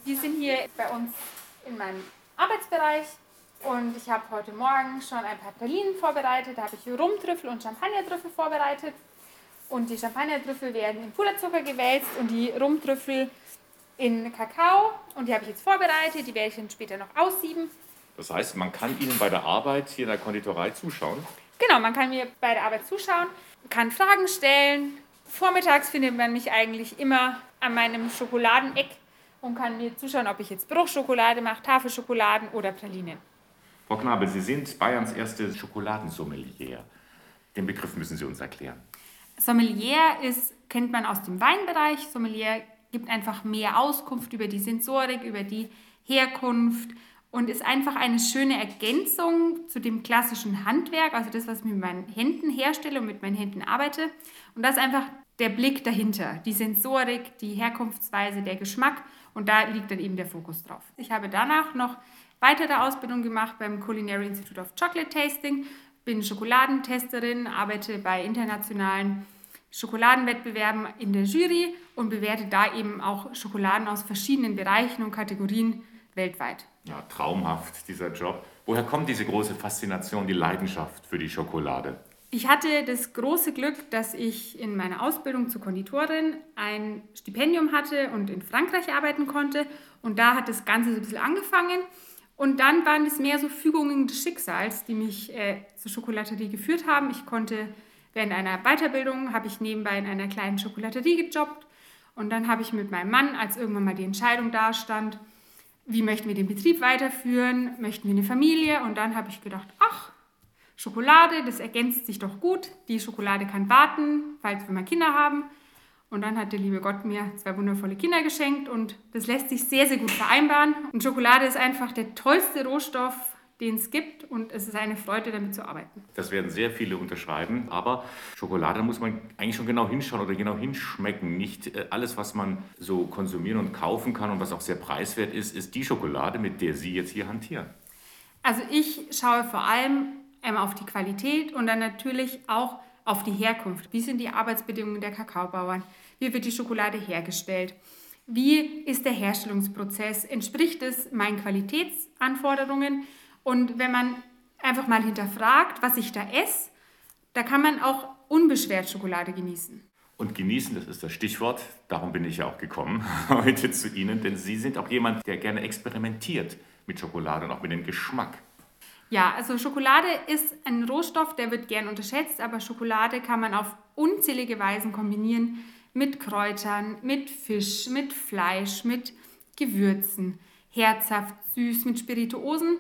Wir sind hier bei uns in meinem Arbeitsbereich und ich habe heute Morgen schon ein paar Pralinen vorbereitet. Da habe ich Rumtrüffel und Champagnertrüffel vorbereitet. Und die Champagnertrüffel werden in Puderzucker gewälzt und die Rumtrüffel in Kakao. Und die habe ich jetzt vorbereitet, die werde ich dann später noch aussieben. Das heißt, man kann Ihnen bei der Arbeit hier in der Konditorei zuschauen? Genau, man kann mir bei der Arbeit zuschauen, kann Fragen stellen. Vormittags findet man mich eigentlich immer an meinem Schokoladeneck und kann mir zuschauen, ob ich jetzt Bruchschokolade mache, Tafelschokoladen oder Pralinen. Frau Knabel, Sie sind Bayerns erste Schokoladensommelier. Den Begriff müssen Sie uns erklären. Sommelier kennt man aus dem Weinbereich. Sommelier gibt einfach mehr Auskunft über die Sensorik, über die Herkunft und ist einfach eine schöne Ergänzung zu dem klassischen Handwerk, also das, was ich mit meinen Händen herstelle und mit meinen Händen arbeite. Und das ist einfach der Blick dahinter, die Sensorik, die Herkunftsweise, der Geschmack und da liegt dann eben der Fokus drauf. Ich habe danach noch weitere Ausbildung gemacht beim Culinary Institute of Chocolate Tasting, bin Schokoladentesterin, arbeite bei internationalen Schokoladenwettbewerben in der Jury und bewerte da eben auch Schokoladen aus verschiedenen Bereichen und Kategorien weltweit. Ja, traumhaft, dieser Job. Woher kommt diese große Faszination, die Leidenschaft für die Schokolade? Ich hatte das große Glück, dass ich in meiner Ausbildung zur Konditorin ein Stipendium hatte und in Frankreich arbeiten konnte. Und da hat das Ganze so ein bisschen angefangen. Und dann waren es mehr so Fügungen des Schicksals, die mich zur Schokolaterie geführt haben. Ich konnte während einer Weiterbildung, habe ich nebenbei in einer kleinen Schokolaterie gejobbt. Und dann habe ich mit meinem Mann, als irgendwann mal die Entscheidung dastand, wie möchten wir den Betrieb weiterführen, möchten wir eine Familie? Und dann habe ich gedacht, ach, Schokolade, das ergänzt sich doch gut. Die Schokolade kann warten, falls wir mal Kinder haben. Und dann hat der liebe Gott mir 2 wundervolle Kinder geschenkt und das lässt sich sehr, sehr gut vereinbaren. Und Schokolade ist einfach der tollste Rohstoff, den es gibt und es ist eine Freude, damit zu arbeiten. Das werden sehr viele unterschreiben, aber Schokolade muss man eigentlich schon genau hinschauen oder genau hinschmecken. Nicht alles, was man so konsumieren und kaufen kann und was auch sehr preiswert ist, ist die Schokolade, mit der Sie jetzt hier hantieren. Also ich schaue vor allem einmal auf die Qualität und dann natürlich auch auf die Herkunft. Wie sind die Arbeitsbedingungen der Kakaobauern? Wie wird die Schokolade hergestellt? Wie ist der Herstellungsprozess? Entspricht es meinen Qualitätsanforderungen? Und wenn man einfach mal hinterfragt, was ich da esse, da kann man auch unbeschwert Schokolade genießen. Und genießen, das ist das Stichwort. Darum bin ich ja auch gekommen heute zu Ihnen, denn Sie sind auch jemand, der gerne experimentiert mit Schokolade und auch mit dem Geschmack. Ja, also Schokolade ist ein Rohstoff, der wird gern unterschätzt, aber Schokolade kann man auf unzählige Weisen kombinieren mit Kräutern, mit Fisch, mit Fleisch, mit Gewürzen, herzhaft, süß, mit Spirituosen.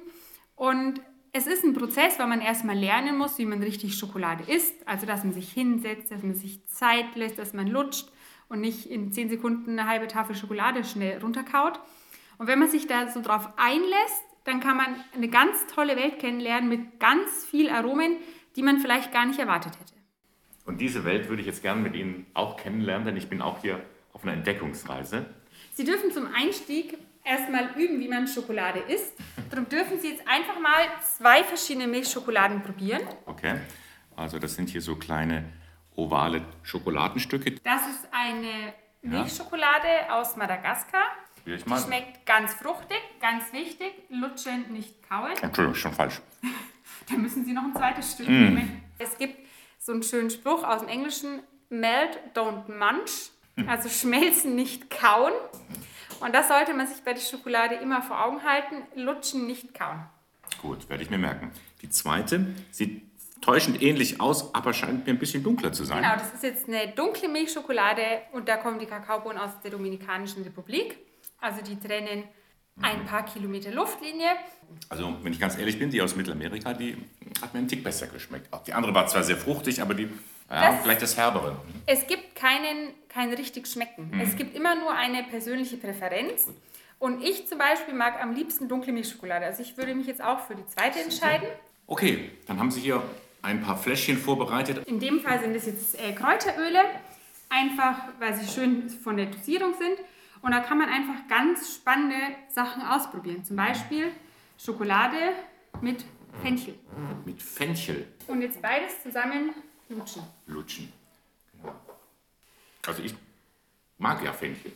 Und es ist ein Prozess, weil man erstmal lernen muss, wie man richtig Schokolade isst. Also, dass man sich hinsetzt, dass man sich Zeit lässt, dass man lutscht und nicht in 10 Sekunden eine halbe Tafel Schokolade schnell runterkaut. Und wenn man sich da so drauf einlässt, dann kann man eine ganz tolle Welt kennenlernen mit ganz viel Aromen, die man vielleicht gar nicht erwartet hätte. Und diese Welt würde ich jetzt gerne mit Ihnen auch kennenlernen, denn ich bin auch hier auf einer Entdeckungsreise. Sie dürfen zum Einstieg erstmal üben, wie man Schokolade isst. Darum dürfen Sie jetzt einfach mal 2 verschiedene Milchschokoladen probieren. Okay, also das sind hier so kleine ovale Schokoladenstücke. Das ist eine Milchschokolade aus Madagaskar. Die schmeckt ganz fruchtig, ganz wichtig, lutschen, nicht kauen. Entschuldigung, schon falsch. Da müssen Sie noch ein zweites Stück nehmen. Es gibt so einen schönen Spruch aus dem Englischen, melt, don't munch, also schmelzen, nicht kauen. Und das sollte man sich bei der Schokolade immer vor Augen halten, lutschen, nicht kauen. Gut, werde ich mir merken. Die zweite sieht täuschend ähnlich aus, aber scheint mir ein bisschen dunkler zu sein. Genau, das ist jetzt eine dunkle Milchschokolade und da kommen die Kakaobohnen aus der Dominikanischen Republik. Also die trennen ein paar Kilometer Luftlinie. Also, wenn ich ganz ehrlich bin, die aus Mittelamerika, die hat mir einen Tick besser geschmeckt. Die andere war zwar sehr fruchtig, aber vielleicht das Herbere. Es gibt kein richtig Schmecken. Es gibt immer nur eine persönliche Präferenz. Und ich zum Beispiel mag am liebsten dunkle Milchschokolade. Also ich würde mich jetzt auch für die zweite entscheiden. Okay, dann haben Sie hier ein paar Fläschchen vorbereitet. In dem Fall sind es jetzt Kräuteröle, einfach weil sie schön von der Dosierung sind. Und da kann man einfach ganz spannende Sachen ausprobieren. Zum Beispiel Schokolade mit Fenchel. Mit Fenchel? Und jetzt beides zusammen lutschen. Lutschen. Ja. Also ich mag ja Fenchel.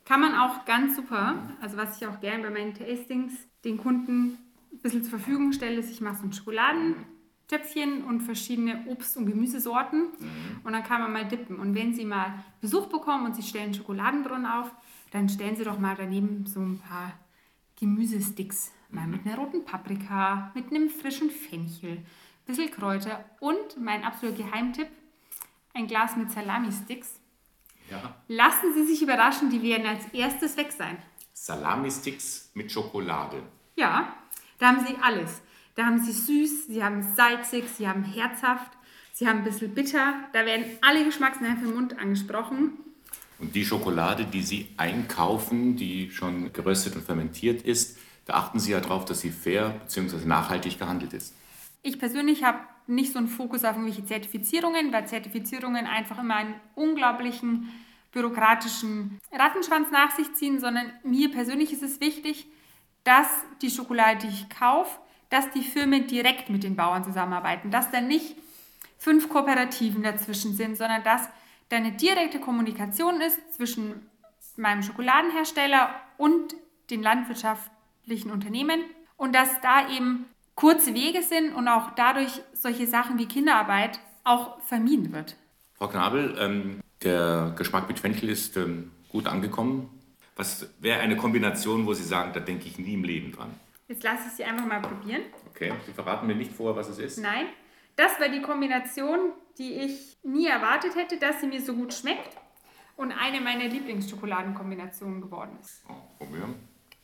Kann man auch ganz super, also was ich auch gerne bei meinen Tastings den Kunden ein bisschen zur Verfügung stelle, ist, ich mache so ein Schokoladentöpfchen und verschiedene Obst- und Gemüsesorten und dann kann man mal dippen. Und wenn Sie mal Besuch bekommen und Sie stellen einen Schokoladenbrunnen auf, dann stellen Sie doch mal daneben so ein paar Gemüsesticks. Mal mit einer roten Paprika, mit einem frischen Fenchel, ein bisschen Kräuter und mein absoluter Geheimtipp, ein Glas mit Salami-Sticks. Ja. Lassen Sie sich überraschen, die werden als erstes weg sein. Salami-Sticks mit Schokolade. Ja, da haben Sie alles. Da haben Sie süß, Sie haben salzig, Sie haben herzhaft, Sie haben ein bisschen bitter. Da werden alle Geschmacksnerven im Mund angesprochen. Und die Schokolade, die Sie einkaufen, die schon geröstet und fermentiert ist, da achten Sie ja darauf, dass sie fair bzw. nachhaltig gehandelt ist. Ich persönlich habe nicht so einen Fokus auf irgendwelche Zertifizierungen, weil Zertifizierungen einfach immer einen unglaublichen bürokratischen Rattenschwanz nach sich ziehen, sondern mir persönlich ist es wichtig, dass die Schokolade, die ich kaufe, dass die Firmen direkt mit den Bauern zusammenarbeiten, dass da nicht 5 Kooperativen dazwischen sind, sondern dass da eine direkte Kommunikation ist zwischen meinem Schokoladenhersteller und den landwirtschaftlichen Unternehmen und dass da eben kurze Wege sind und auch dadurch solche Sachen wie Kinderarbeit auch vermieden wird. Frau Knabel, der Geschmack mit Fenchel ist gut angekommen. Was wäre eine Kombination, wo Sie sagen, da denke ich nie im Leben dran? Jetzt lasse ich Sie einfach mal probieren. Okay, Sie verraten mir nicht vorher, was es ist? Nein, das war die Kombination, die ich nie erwartet hätte, dass sie mir so gut schmeckt und eine meiner Lieblingsschokoladenkombinationen geworden ist. Oh, probieren.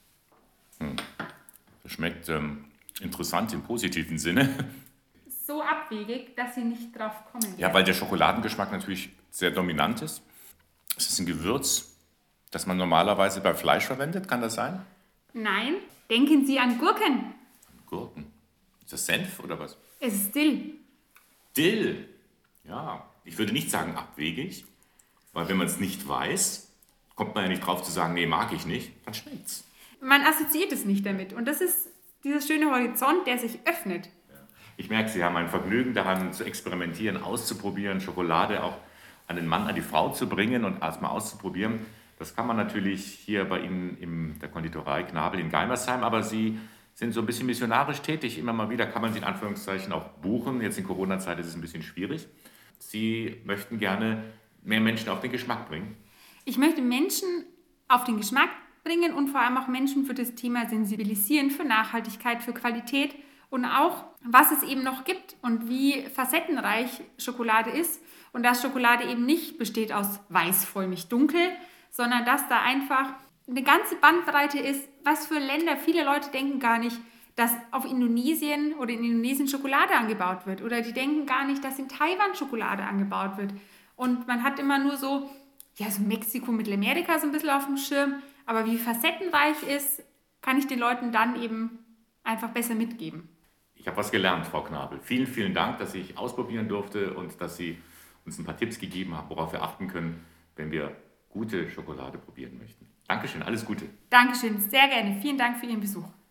Das schmeckt interessant im positiven Sinne. So abwegig, dass Sie nicht drauf kommen. Ja, weil der Schokoladengeschmack natürlich sehr dominant ist. Es ist ein Gewürz, das man normalerweise bei Fleisch verwendet. Kann das sein? Nein, denken Sie an Gurken. Gurken. Ist das Senf oder was? Es ist Dill. Dill. Ja, ich würde nicht sagen abwegig, weil wenn man es nicht weiß, kommt man ja nicht drauf zu sagen, nee, mag ich nicht, dann schmeckt's. Man assoziiert es nicht damit. Und das ist dieser schöne Horizont, der sich öffnet. Ich merke, Sie haben ein Vergnügen daran zu experimentieren, auszuprobieren, Schokolade auch an den Mann, an die Frau zu bringen und erstmal auszuprobieren. Das kann man natürlich hier bei Ihnen in der Konditorei Knabel in Geimersheim, aber Sie sind so ein bisschen missionarisch tätig. Immer mal wieder kann man Sie in Anführungszeichen auch buchen. Jetzt in Corona-Zeit ist es ein bisschen schwierig. Sie möchten gerne mehr Menschen auf den Geschmack bringen. Ich möchte Menschen auf den Geschmack bringen und vor allem auch Menschen für das Thema sensibilisieren, für Nachhaltigkeit, für Qualität und auch, was es eben noch gibt und wie facettenreich Schokolade ist und dass Schokolade eben nicht besteht aus weiß, vollmilch, dunkel, sondern dass da einfach eine ganze Bandbreite ist, was für Länder, viele Leute denken gar nicht, dass auf Indonesien oder in Indonesien Schokolade angebaut wird oder die denken gar nicht, dass in Taiwan Schokolade angebaut wird und man hat immer nur so, ja, so Mexiko, Mittelamerika so ein bisschen auf dem Schirm, aber wie facettenreich ist, kann ich den Leuten dann eben einfach besser mitgeben. Ich habe was gelernt, Frau Knabel. Vielen, vielen Dank, dass ich ausprobieren durfte und dass Sie uns ein paar Tipps gegeben haben, worauf wir achten können, wenn wir gute Schokolade probieren möchten. Dankeschön, alles Gute. Dankeschön, sehr gerne. Vielen Dank für Ihren Besuch.